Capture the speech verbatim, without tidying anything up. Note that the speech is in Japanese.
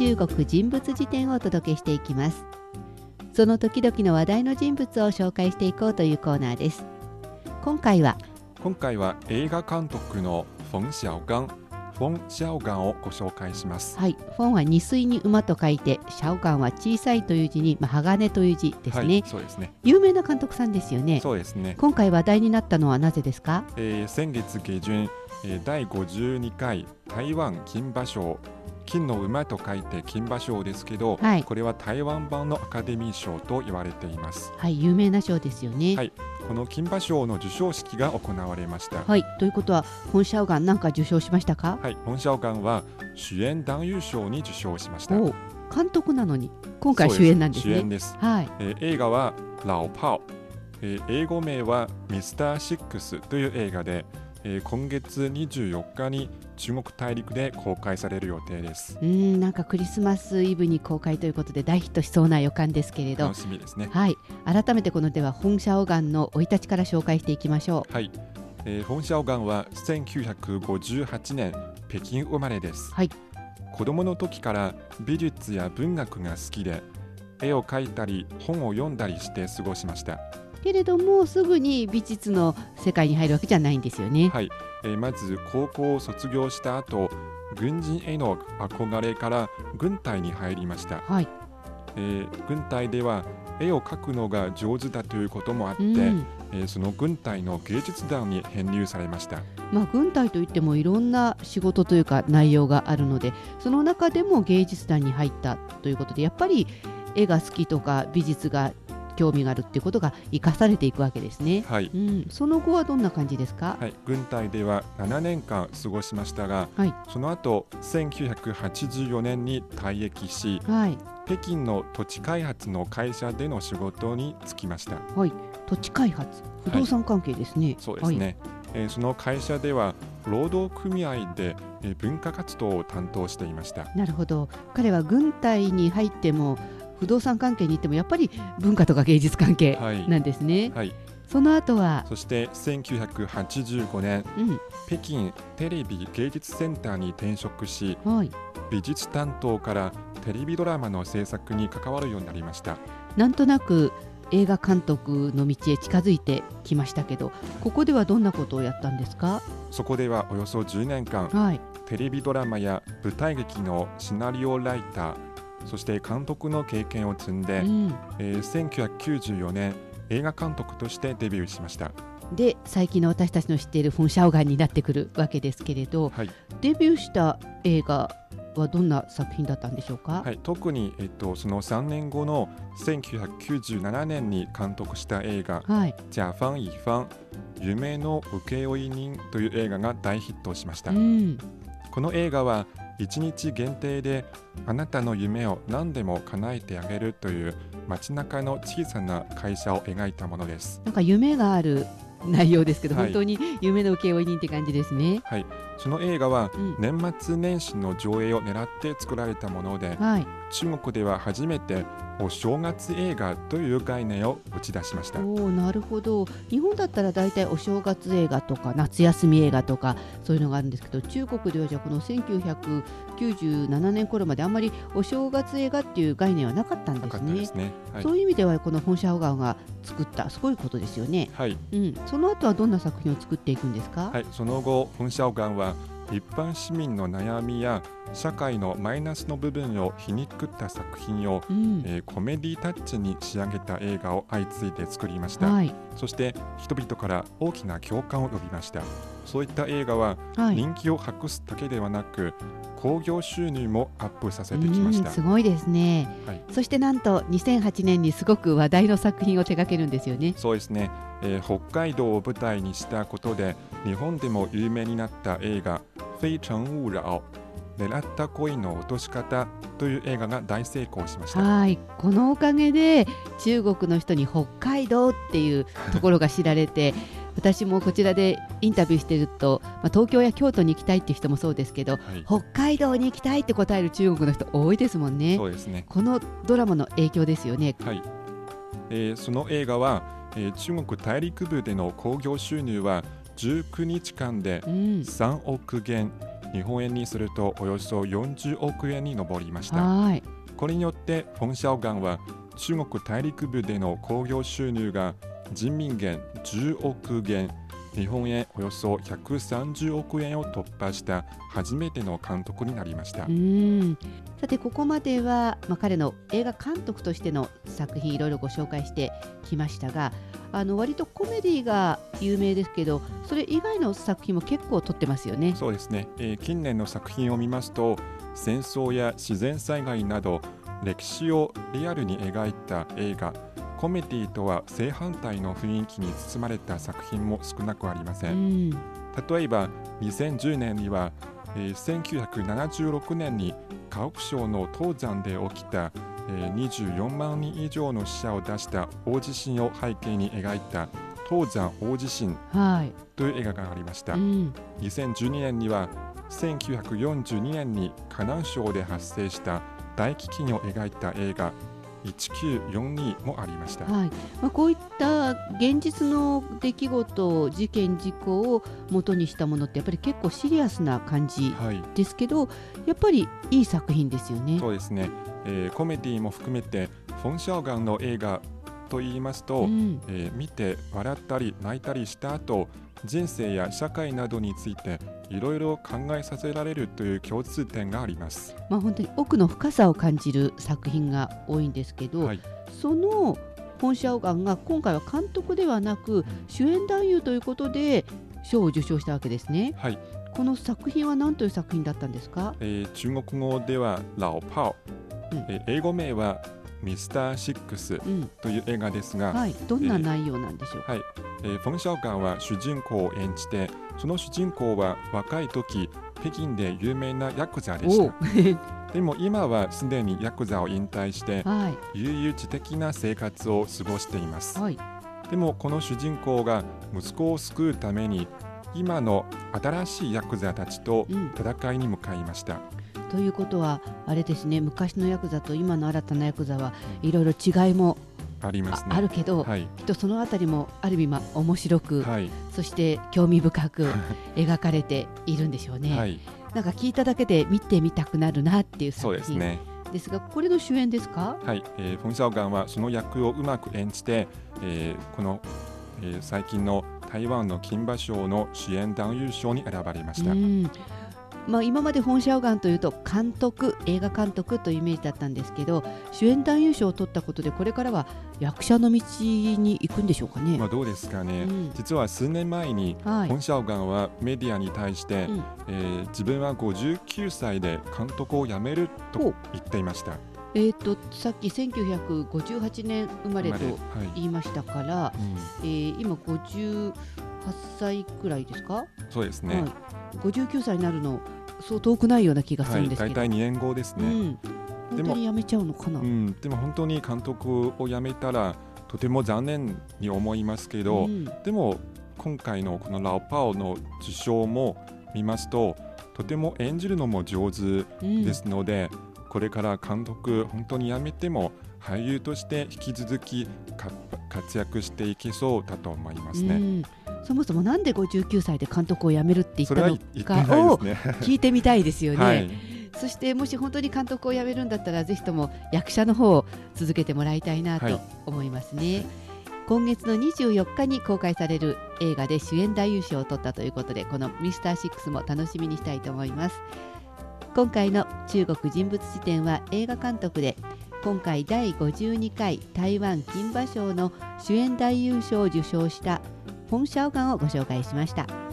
中国人物辞典をお届けしていきます。その時々の話題の人物を紹介していこうというコーナーです。今回は今回は映画監督のフォン・シャオガンフォン・シャオガンをご紹介します。 はい、フォンは二水に馬と書いて、シャオガンは小さいという字に、まあ、鋼という字ですね、 はい、そうですね。 有名な監督さんですよね。 そうですね。 今回話題になったのはなぜですか？ えー、先月下旬、えー、だいごじゅうにかい台湾金馬賞、金の馬と書いて金馬賞ですけど、はい、これは台湾版のアカデミー賞と言われています。 はい、有名な賞ですよね。 はい、この金馬賞の授賞式が行われました。 はい、ということはフォン・シャオガン何か受賞しましたか？ はい、フォン・シャオガンは主演男優賞に受賞しました。 お、監督なのに今回主演なんですね。 主演です。 はい、 えー、映画はラオパオ、えー、英語名はミスターシックスという映画で、えー、今月にじゅうよっかに中国大陸で公開される予定です。 うーん、なんかクリスマスイブに公開ということで大ヒットしそうな予感ですけれど、 楽しみですね。 はい、改めてこのではフォン・シャオガンの生い立ちから紹介していきましょう。 はい、えー、フォン・シャオガンはせんきゅうひゃくごじゅうはちねん北京生まれです。 はい、 子供の時から美術や文学が好きで、絵を描いたり本を読んだりして過ごしました。 けれどもすぐに美術の世界に入るわけじゃないんですよね。 はい、えー、まず高校を卒業した後、軍人への憧れから軍隊に入りました。 はい、 えー、軍隊では絵を描くのが上手だということもあって、 うん、 えー、その軍隊の芸術団に編入されました。 まあ、軍隊といってもいろんな仕事というか内容があるので、その中でも芸術団に入ったということで、やっぱり絵が好きとか美術が興味があるっていうことが生かされていくわけですね。 はい、 うん、その後はどんな感じですか？ はい、軍隊ではななねんかん過ごしましたが、はい、その後せんきゅうひゃくはちじゅうよねんに退役し、はい、北京の土地開発の会社での仕事に就きました。 はい、土地開発、不動産関係ですね。はい、 そうですね。はい、えー、その会社では労働組合で、えー、文化活動を担当していました。 なるほど。彼は軍隊に入っても不動産関係に行ってもやっぱり文化とか芸術関係なんですね。はいはい、その後はそしてせんきゅうひゃくはちじゅうごねん、うん、北京テレビ芸術センターに転職し、はい、美術担当からテレビドラマの制作に関わるようになりました。 なんとなく映画監督の道へ近づいてきましたけど、ここではどんなことをやったんですか？ そこではおよそじゅうねんかん、はい、テレビドラマや舞台劇のシナリオライター、そして監督の経験を積んで、うん、えー、せんきゅうひゃくきゅうじゅうよねん映画監督としてデビューしました。 で、最近の私たちの知っているフォン・シャオガンになってくるわけですけれど、はい、デビューした映画はどんな作品だったんでしょうか？ はい、特に、えっと、そのさんねんごのせんきゅうひゃくきゅうじゅうななねんに監督した映画、はい、甲方乙方夢の請負人という映画が大ヒットしました。うん、この映画はいちにち限定であなたの夢を何でも叶えてあげるという街中の小さな会社を描いたものです。 なんか夢がある内容ですけど、はい、本当に夢の請負人って感じですね。 はい、その映画は年末年始の上映を狙って作られたもので、はい、中国では初めてお正月映画という概念を打ち出しました。 おー、なるほど。日本だったらだいたいお正月映画とか夏休み映画とかそういうのがあるんですけど、中国ではじゃあこのせんきゅうひゃくきゅうじゅうななねん頃まであんまりお正月映画っていう概念はなかったんですね。なかったですね。はい、そういう意味ではこのフォン・シャオガンが作ったすごいことですよね。はい、うん、その後はどんな作品を作っていくんですか？ はい、その後フォン・シャオガンは一般市民の悩みや社会のマイナスの部分を皮肉った作品を、うん、えー、コメディタッチに仕上げた映画を相次いで作りました。はい、そして人々から大きな共感を呼びました。そういった映画は人気を博すだけではなく、興行収入もアップさせてきました。 すごいですね。はい、そしてなんとにせんはちねんにすごく話題の作品を手掛けるんですよね。 そうですね、えー、北海道を舞台にしたことで日本でも有名になった映画非誠勿擾、狙った恋の落とし方という映画が大成功しました。 はい、このおかげで中国の人に北海道っていうところが知られて私もこちらでインタビューしていると、まあ、東京や京都に行きたいっていう人もそうですけど、はい、北海道に行きたいって答える中国の人多いですもんね。 そうですね。このドラマの影響ですよね。 はい、えー、その映画は、えー、中国大陸部での興行収入はじゅうくにちかんでさんおくげん、 日本円にするとおよそよんじゅうおくえんに上りました。 はい。 これによってフォン・シャオガンは中国大陸部での興行収入が人民元じゅうおくげん、日本円およそひゃくさんじゅうおくえんを突破した初めての監督になりました。 うーん。さてここまでは、まあ、彼の映画監督としての作品いろいろご紹介してきましたが、あの割とコメディが有名ですけど、それ以外の作品も結構撮ってますよね。 そうですね、えー近年の作品を見ますと、戦争や自然災害など歴史をリアルに描いた映画、コメディとは正反対の雰囲気に包まれた作品も少なくありませ。 うんん。 例えばにせんじゅうねんには、えーせんきゅうひゃくななじゅうろくねんに河北省の東山で起きた、えーにじゅうよんまんにん以上の死者を出した大地震を背景に描いた東山大地震はい。 という映画がありました。 うん。 にせんじゅうにねんにはせんきゅうひゃくよんじゅうにねんに河南省で発生した大飢饉を描いた映画せんきゅうよんじゅうにもありました。 はい。まあ、こういった現実の出来事、事件事故を元にしたものってやっぱり結構シリアスな感じはい、 ですけど、やっぱりいい作品ですよね。 そうですね、えーコメディも含めてフォン・シャオガンの映画と言いますと、 うんえー見て笑ったり泣いたりした後、人生や社会などについていろいろ考えさせられるという共通点があります。 まあ、本当に奥の深さを感じる作品が多いんですけど、 はい、 そのフォン・シャオガンが今回は監督ではなく主演男優ということで賞を受賞したわけですね。 はい、 この作品は何という作品だったんですか？ えー中国語では老炮、 うんえー英語名はミスターシックスうんという映画ですが、 はい、どんな内容なんでしょうか？ はい、えーフォン・シャオガンは主人公を演じて、その主人公は若い時北京で有名なヤクザでしおうた。でも今はすでにヤクザを引退しては悠々自適な生活を過ごしています。 い、はい、 でもこの主人公が息子を救うために今の新しいヤクザたちとうん、 戦いに向かいました。 ということはあれですね、昔のヤクザと今の新たなヤクザはいろいろ違いもありますね。 ああるけど、 はい、 きっとそのあたりもある意味まあ面白く、 はい、 そして興味深く描かれているんでしょうね。 はい、 なんか聞いただけで見てみたくなるなっていうそう作品ですね。 ですが、これの主演ですか？ はい、えーフォン・シャオガンはその役をうまく演じて、えーこの、えー最近の台湾の金馬賞の主演男優賞に選ばれました。 うん、まあ、今までフォン・シャオガンというと監督、映画監督というイメージだったんですけど、主演男優賞を取ったことでこれからは役者の道に行くんでしょうかね？ まあ、どうですかね、 うん実は数年前にはい、 フォン・シャオガンはメディアに対して、 うんえー自分はごじゅうきゅうさいで監督を辞めるとほう言っていました。 えー、とさっきせんきゅうひゃくごじゅうはちねん生まれとはい、 言いましたから、 うんえー今ごじゅうはっさいくらいですか？ そうですね。 はい、ごじゅうきゅうさいになるのそう遠くないような気がすはい、 るんですけど、 大体にねんごですね。 うん、本当にやめちゃうのかな？ うん、でも本当に監督を辞めたらとても残念に思いますけど、 うんでも今回のこのラオパオの受賞も見ますと、とても演じるのも上手うんですので、これから監督本当に辞めても俳優として引き続きか活躍していけそうだと思いますね。 うん、そもそもなんでごじゅうきゅうさいで監督を辞めるって言っそれはたの言ってないかをですね。 聞いてみたいですよね。 はい、 そしてもし本当に監督を辞めるんだったらぜひとも役者の方を続けてもらいたいなとはい思いますね。今月のにじゅうよっかに公開される映画で主演男優賞を取ったということで、このミスターシックスも楽しみにしたいと思います。今回の中国人物辞典は映画監督で、今回だいごじゅうにかい台湾金馬賞の主演男優賞を受賞したフォン・シャオガンをご紹介しました。